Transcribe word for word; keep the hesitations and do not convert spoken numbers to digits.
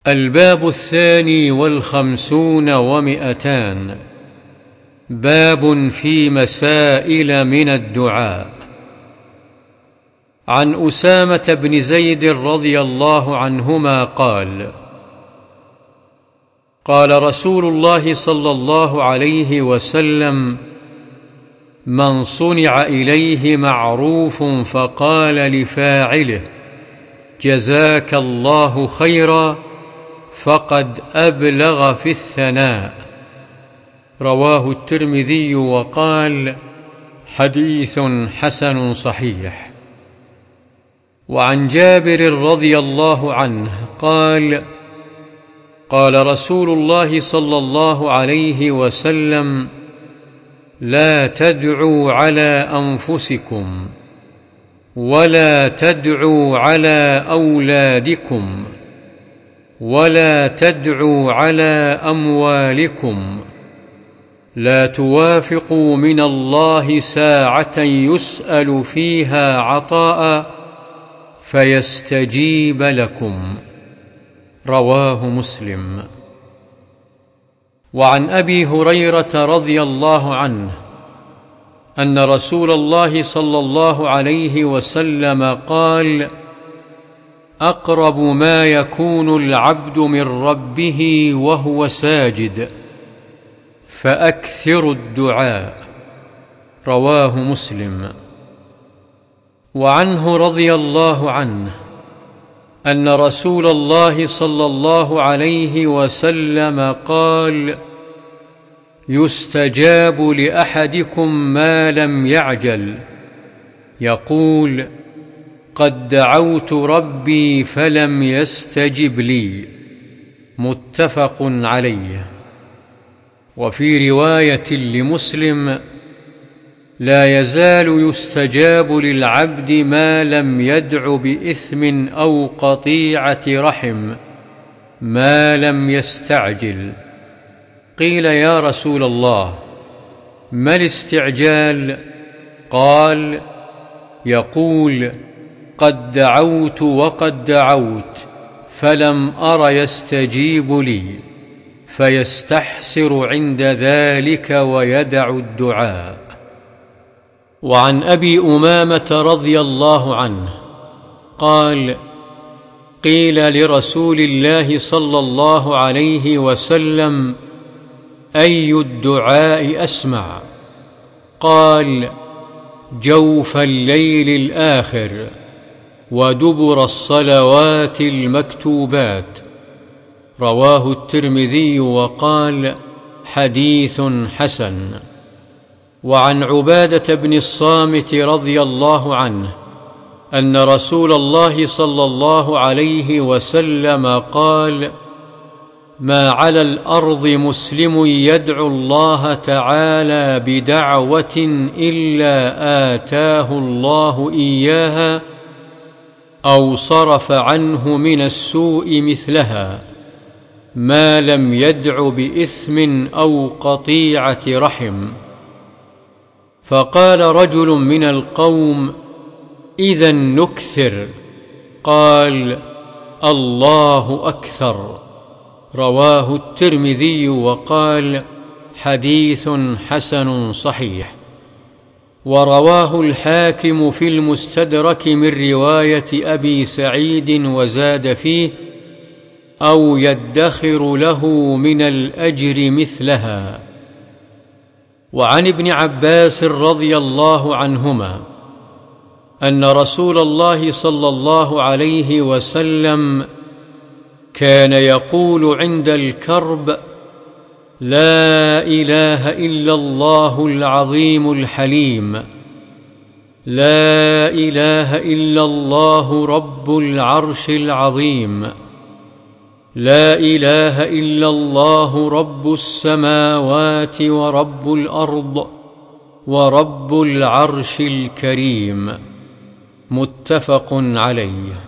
الباب الثاني والخمسون ومئتان. باب في مسائل من الدعاء. عن أسامة بن زيد رضي الله عنهما قال: قال رسول الله صلى الله عليه وسلم: من صنع إليه معروف فقال لفاعله: جزاك الله خيرا، فقد أبلغ في الثناء. رواه الترمذي وقال: حديث حسن صحيح. وعن جابر رضي الله عنه قال: قال رسول الله صلى الله عليه وسلم: لا تدعوا على أنفسكم ولا تدعوا على أولادكم ولا تدعوا على أموالكم، لا توافقوا من الله ساعة يسأل فيها عطاء فيستجيب لكم. رواه مسلم. وعن أبي هريرة رضي الله عنه أن رسول الله صلى الله عليه وسلم قال: أقرب ما يكون العبد من ربه وهو ساجد، فأكثروا الدعاء. رواه مسلم. وعنه رضي الله عنه أن رسول الله صلى الله عليه وسلم قال: يستجاب لأحدكم ما لم يعجل، يقول: قد دعوت ربي فلم يستجب لي. متفق عليه. وفي رواية لمسلم: لا يزال يستجاب للعبد ما لم يدع بإثم أو قطيعة رحم، ما لم يستعجل. قيل: يا رسول الله، ما الاستعجال؟ قال: يقول: قد دعوت وقد دعوت فلم أر يستجيب لي، فيستحسر عند ذلك ويدع الدعاء. وعن أبي أمامة رضي الله عنه قال: قيل لرسول الله صلى الله عليه وسلم: أي الدعاء أسمع؟ قال: جوف الليل الآخر ودبر الصلوات المكتوبات. رواه الترمذي وقال: حديث حسن. وعن عبادة بن الصامت رضي الله عنه أن رسول الله صلى الله عليه وسلم قال: ما على الأرض مسلم يدعو الله تعالى بدعوة إلا آتاه الله إياها أو صرف عنه من السوء مثلها، ما لم يدع بإثم أو قطيعة رحم. فقال رجل من القوم: إذا نكثر. قال: الله أكثر. رواه الترمذي وقال: حديث حسن صحيح. ورواه الحاكم في المستدرك من رواية أبي سعيد وزاد فيه: أو يدخر له من الأجر مثلها. وعن ابن عباس رضي الله عنهما أن رسول الله صلى الله عليه وسلم كان يقول عند الكرب: لا إله إلا الله العظيم الحليم، لا إله إلا الله رب العرش العظيم، لا إله إلا الله رب السماوات ورب الأرض ورب العرش الكريم. متفق عليه.